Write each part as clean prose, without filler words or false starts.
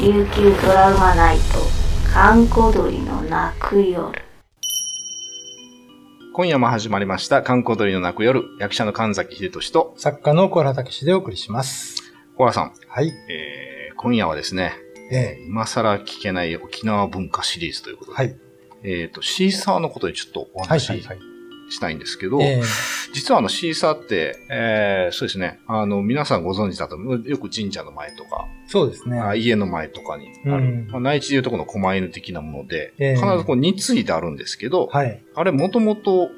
琉球ドラマナイト閑古鳥の泣く夜。 今夜も始まりました閑古鳥の泣く夜、役者の神崎秀俊と作家の小原武史でお送りします。 小原さん、 はい。 今夜はですね、今更聞けない沖縄文化シリーズということで、 はい。 シーサーのことでちょっとお話ししたいんですけど、実はシーサーって、そうですね、皆さんご存知だと、よく神社の前とか、 そうですね。 家の前とかにある、内地でいうとこの狛犬的なもので、必ずこう2対であるんですけど、 はい、 あれもともと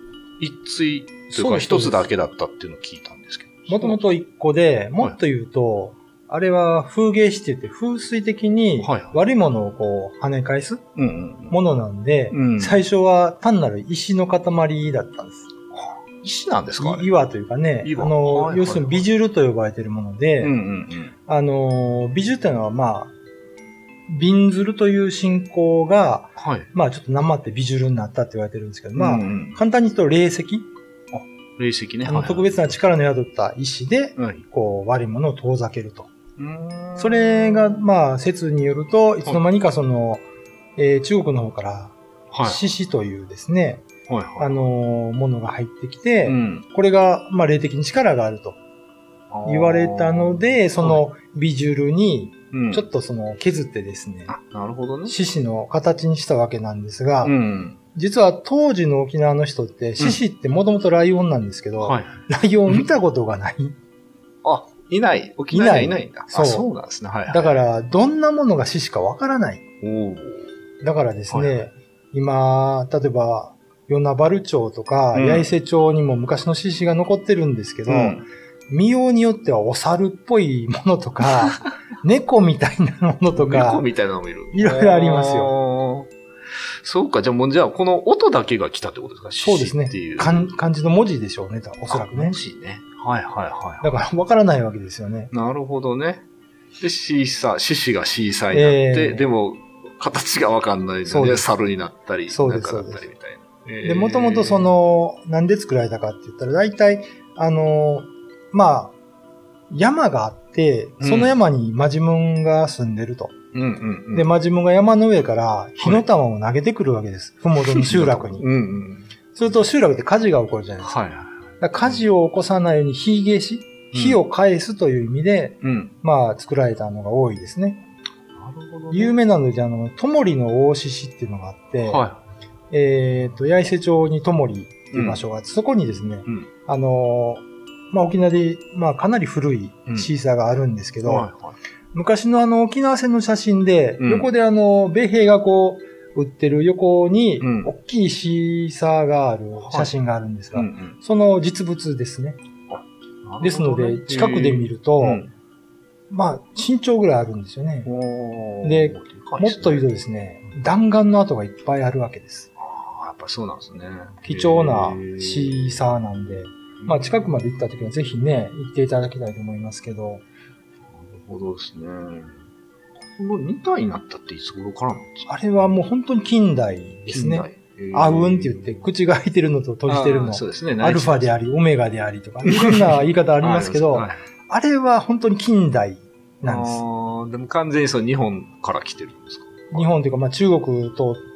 1対というか1つだけだったっていうのを聞いたんですけど。 もともと1個で、もっと言うと、あれは風芸師って言って風水的に悪いものをこう跳ね返すものなんで、最初は単なる石の塊だったんです。 石なんですか？ 岩というかね、要するに美獣と呼ばれているもので、美獣っていうのはまあ、びんずるという信仰が、まあちょっとなまって美獣になったって言われてるんですけど、まあ簡単に言うと霊石。 霊石ね。 特別な力の宿った石で、こう悪いものを遠ざけると。それが、まあ説によると、いつの間にかその、中国の方から、獅子というですね、ものが入ってきて、これが、まあ、霊的に力があると言われたので、その美獣に、ちょっとその削ってですね、 なるほどね。 獅子の形にしたわけなんですが、実は当時の沖縄の人って、獅子ってもともとライオンなんですけど、ライオンを見たことがない。 いない。沖縄にはいないんだ。そうなんですね。 だから、どんなものが獅子かわからない。だからですね、今、例えば、与那原町とか、八重瀬町にも昔の獅子が残ってるんですけど、見ようによってはお猿っぽいものとか、猫みたいなものとか、 猫みたいなのもいる。 いろいろありますよ。 そうか、じゃあこの音だけが来たってことですか？ そうですね。漢字の文字でしょうね、おそらくね。 文字ね。 だから分からないわけですよね。 なるほどね。で、獅子がシーサーになって、でも、形が分かんないので、猿になったり、中だったりみたいな。 で、もともとその、なんで作られたかって言ったら、大体、まあ、山があって、その山にマジムンが住んでると。で、マジムンが山の上から火の玉を投げてくるわけです。ふもとの集落に。すると集落って火事が起こるじゃないですか。火事を起こさないように火消し、火を返すという意味で、まあ、作られたのが多いですね。有名なので、ともりの大獅子っていうのがあって、八重瀬町にともりっていう場所があって、そこにですね、まあ、沖縄で、まあ、かなり古いシーサーがあるんですけど、昔の沖縄戦の写真で、横で米兵がこう、売ってる横に、大きいシーサーがある写真があるんですが、その実物ですね。ですので、近くで見ると、まあ、身長ぐらいあるんですよね。で、もっと言うとですね、弾丸の跡がいっぱいあるわけです。 やっぱそうなんですね。 貴重なシーサーなんで、まあ、近くまで行った時はぜひね、行っていただきたいと思いますけど。 なるほどですね。この2体になったっていつ頃からなんですか？ あれはもう本当に近代ですね。アウンって言って、口が開いてるのと閉じてるの。アルファであり、オメガでありとか、いろんな言い方ありますけど、あれは本当に近代なんです。 でも完全に日本から来てるんですか？ 日本というか、まあ中国通って、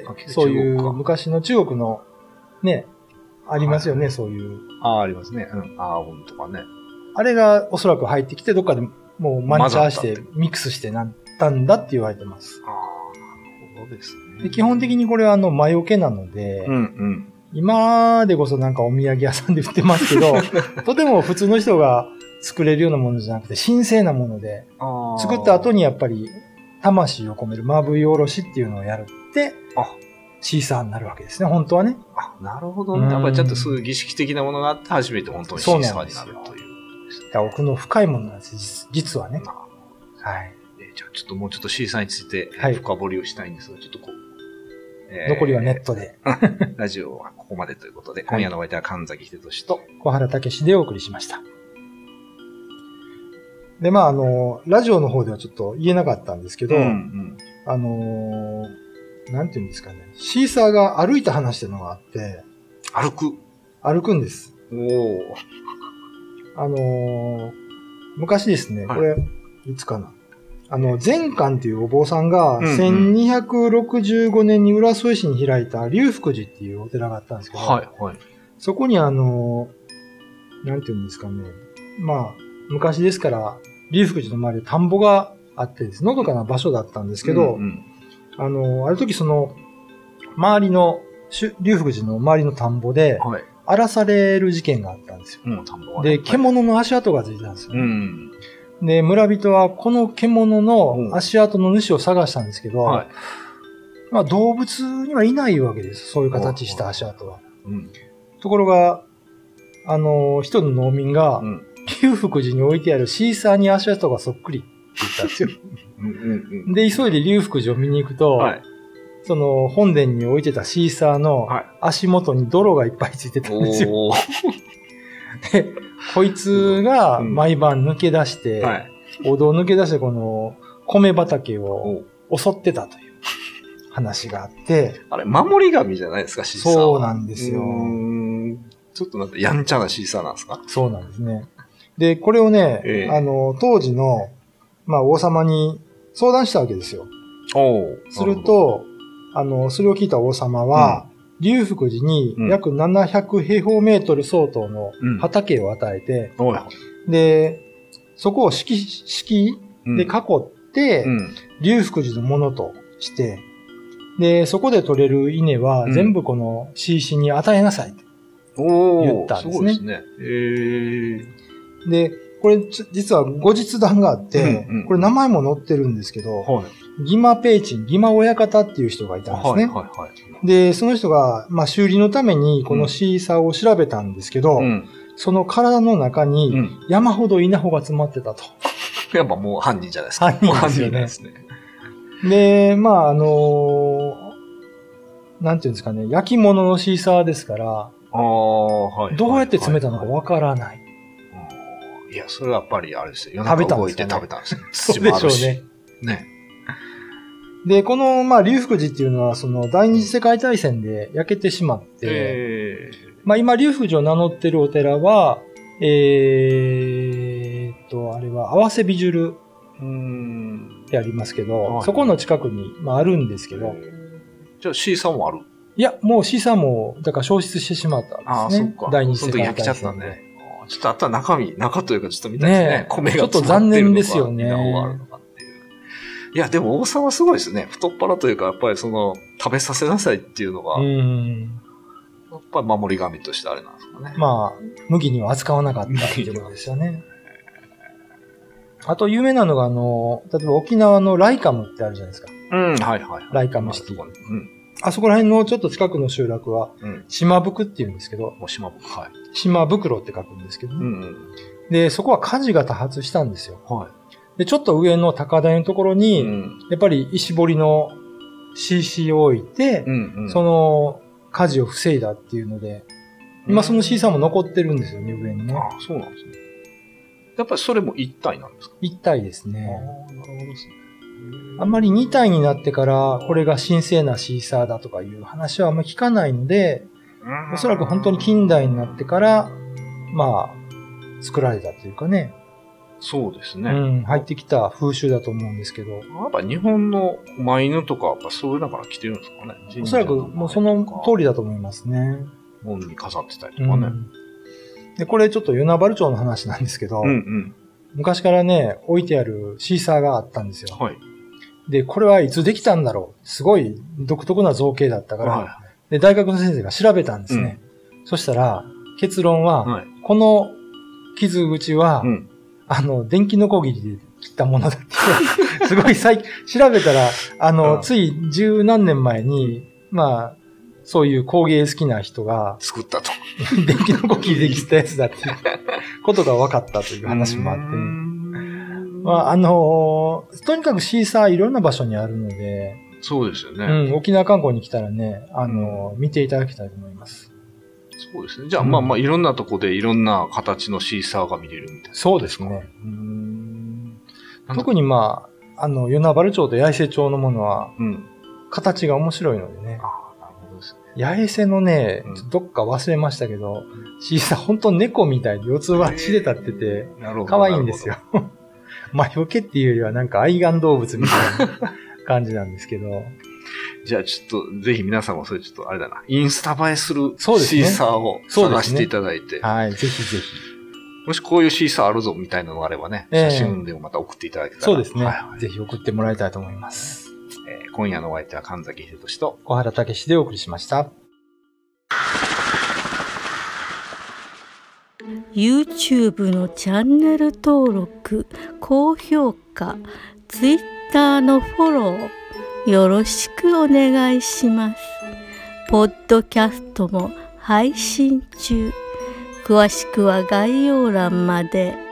そういう昔の中国のね、ありますよね、そういう。 ありますね。アーオンとかね。 あれがおそらく入ってきて、どっかでもうマンチャーして、ミックスしてなったんだって言われてます。 なるほどですね。 で基本的にこれは魔除けなので、今でこそなんかお土産屋さんで売ってますけど、とても普通の人が作れるようなものじゃなくて、神聖なもので、作った後にやっぱり魂を込めるまぶいおろしっていうのをやるって、シーサーになるわけですね、本当はね。 なるほどね。やっぱりちょっとそういう儀式的なものがあって初めて本当にシーサーになるという。 奥の深いものなんです、実はね。はい。 じゃあちょっともうちょっとシーサーについて深掘りをしたいんですが、ちょっとこう。 残りはネットで。 ラジオはここまでということで、今夜のお相手は神崎秀俊と小原武史でお送りしました。で、まあラジオの方ではちょっと言えなかったんですけど、なんていうんですかね。シーサーが歩いた話っていうのがあって。歩くんです。昔ですね、これ、いつかな。 善観っていうお坊さんが、1265年に浦添市に開いた龍福寺っていうお寺があったんですけど、はいはい、そこになんていうんですかね、まあ、昔ですから、龍福寺の周りで田んぼがあってですね、のどかな場所だったんですけど、ある時周りの、龍福寺の周りの田んぼで、荒らされる事件があったんですよ。田んぼはね、で、獣の足跡がついたんですよ、で、村人はこの獣の足跡の主を探したんですけど、まあ動物にはいないわけです。そういう形した足跡は。ところが、一人の農民が、龍福寺に置いてあるシーサーに足跡がそっくりって言ったんですよ。で、急いで龍福寺を見に行くと、その本殿に置いてたシーサーの足元に泥がいっぱいついてたんですよ。で、こいつが毎晩抜け出して、お堂を抜け出してこの米畑を襲ってたという話があって。 あれ、守り神じゃないですか、シーサーは。 そうなんですよ。 ちょっとなんかやんちゃなシーサーなんですか？ そうなんですね。で、これをね、当時の、まあ、王様に相談したわけですよ。すると、それを聞いた王様は、龍福寺に約700平方メートル相当の畑を与えて、で、そこを敷で囲って、龍福寺のものとして、で、そこで取れる稲は全部このシーシに与えなさいって言ったんですね。そうですね。で、これ実は後日談があって、これ名前も載ってるんですけど、ギマペイチン、ギマ親方っていう人がいたんですね。で、その人が、まあ、修理のためにこのシーサーを調べたんですけど、その体の中に山ほど稲穂が詰まってたと。 やっぱもう犯人じゃないですか。 犯人ですね。で、まあ、なんていうんですかね、焼き物のシーサーですから、どうやって詰めたのかわからない。 いや、それはやっぱりあれですよ。夜中動いて食べたんですよ。 そうでしょうね。 ね。 で、この、まあ、龍福寺っていうのは、その、第二次世界大戦で焼けてしまって、まあ、今、龍福寺を名乗ってるお寺は、あれは、合わせびじゅるってありますけど、そこの近くに、まあ、あるんですけど。 じゃあ、C さんもある？ いや、もう C さんも、だから消失してしまったんですね。ああ、そっか。第二次世界大戦。 その時焼けちゃったね。ちょっとあとは中というかちょっと見たいですね。米がちょっと残念ですよね。 いや、でも王様すごいですね。太っ腹というか、やっぱりその、食べさせなさいっていうのが、やっぱり守り神としてあれなんですかね。 まあ、麦には扱わなかったっていうことですよね。あと有名なのが、例えば沖縄のライカムってあるじゃないですか。ライカムシティ。あそこら辺のちょっと近くの集落は、島袋って言うんですけど、島袋って書くんですけどね。で、そこは火事が多発したんですよ。で、ちょっと上の高台のところに、やっぱり石彫りの CC を置いて、その火事を防いだっていうので、今その C さんも残ってるんですよね、上にね。 ああ、そうなんですね。やっぱりそれも一体なんですか？ 一体ですね。 なるほどですね。 あんまり2体になってから、これが神聖なシーサーだとかいう話はあんまり聞かないので、おそらく本当に近代になってから、まあ、作られたというかね。 そうですね。 入ってきた風習だと思うんですけど。 やっぱ日本の狛犬とか、やっぱそういうのから来てるんですかね。 おそらくもうその通りだと思いますね。 門に飾ってたりとかね。 で、これちょっと与那原町の話なんですけど、昔からね、置いてあるシーサーがあったんですよ。で、これはいつできたんだろう。すごい独特な造形だったから、で、大学の先生が調べたんですね。そしたら、結論は、この傷口は、電気ノコギリで切ったものだっていう。すごい調べたら、つい十何年前に、まあ、そういう工芸好きな人が、 作ったと。 電気ノコギリで切ったやつだっていうことが分かったという話もあって、まあ、とにかくシーサーいろんな場所にあるので、 そうですよね。 沖縄観光に来たらね、見ていただきたいと思います。 そうですね。じゃあ、まあまあ、いろんなとこでいろんな形のシーサーが見れるみたいな。 そうですね。特にまあ、与那原町と八重瀬町のものは、形が面白いのでね。なるほどですね。八重瀬のね、どっか忘れましたけど、シーサー本当猫みたいで四つ葉血で立ってて、可愛いんですよ。 魔除けっていうよりはなんか愛玩動物みたいな感じなんですけど。 じゃあちょっと、ぜひ皆さんもそれちょっとあれだな、インスタ映えするシーサーを探していただいて。 はい、ぜひぜひ。 もしこういうシーサーあるぞみたいなのがあればね、写真でもまた送っていただけたら。 そうですね、ぜひ送ってもらいたいと思います。 今夜のお相手は神崎秀俊と小原武史でお送りしました。 YouTube のチャンネル登録、高評価、Twitter のフォロー、よろしくお願いします。ポッドキャストも配信中。詳しくは概要欄まで。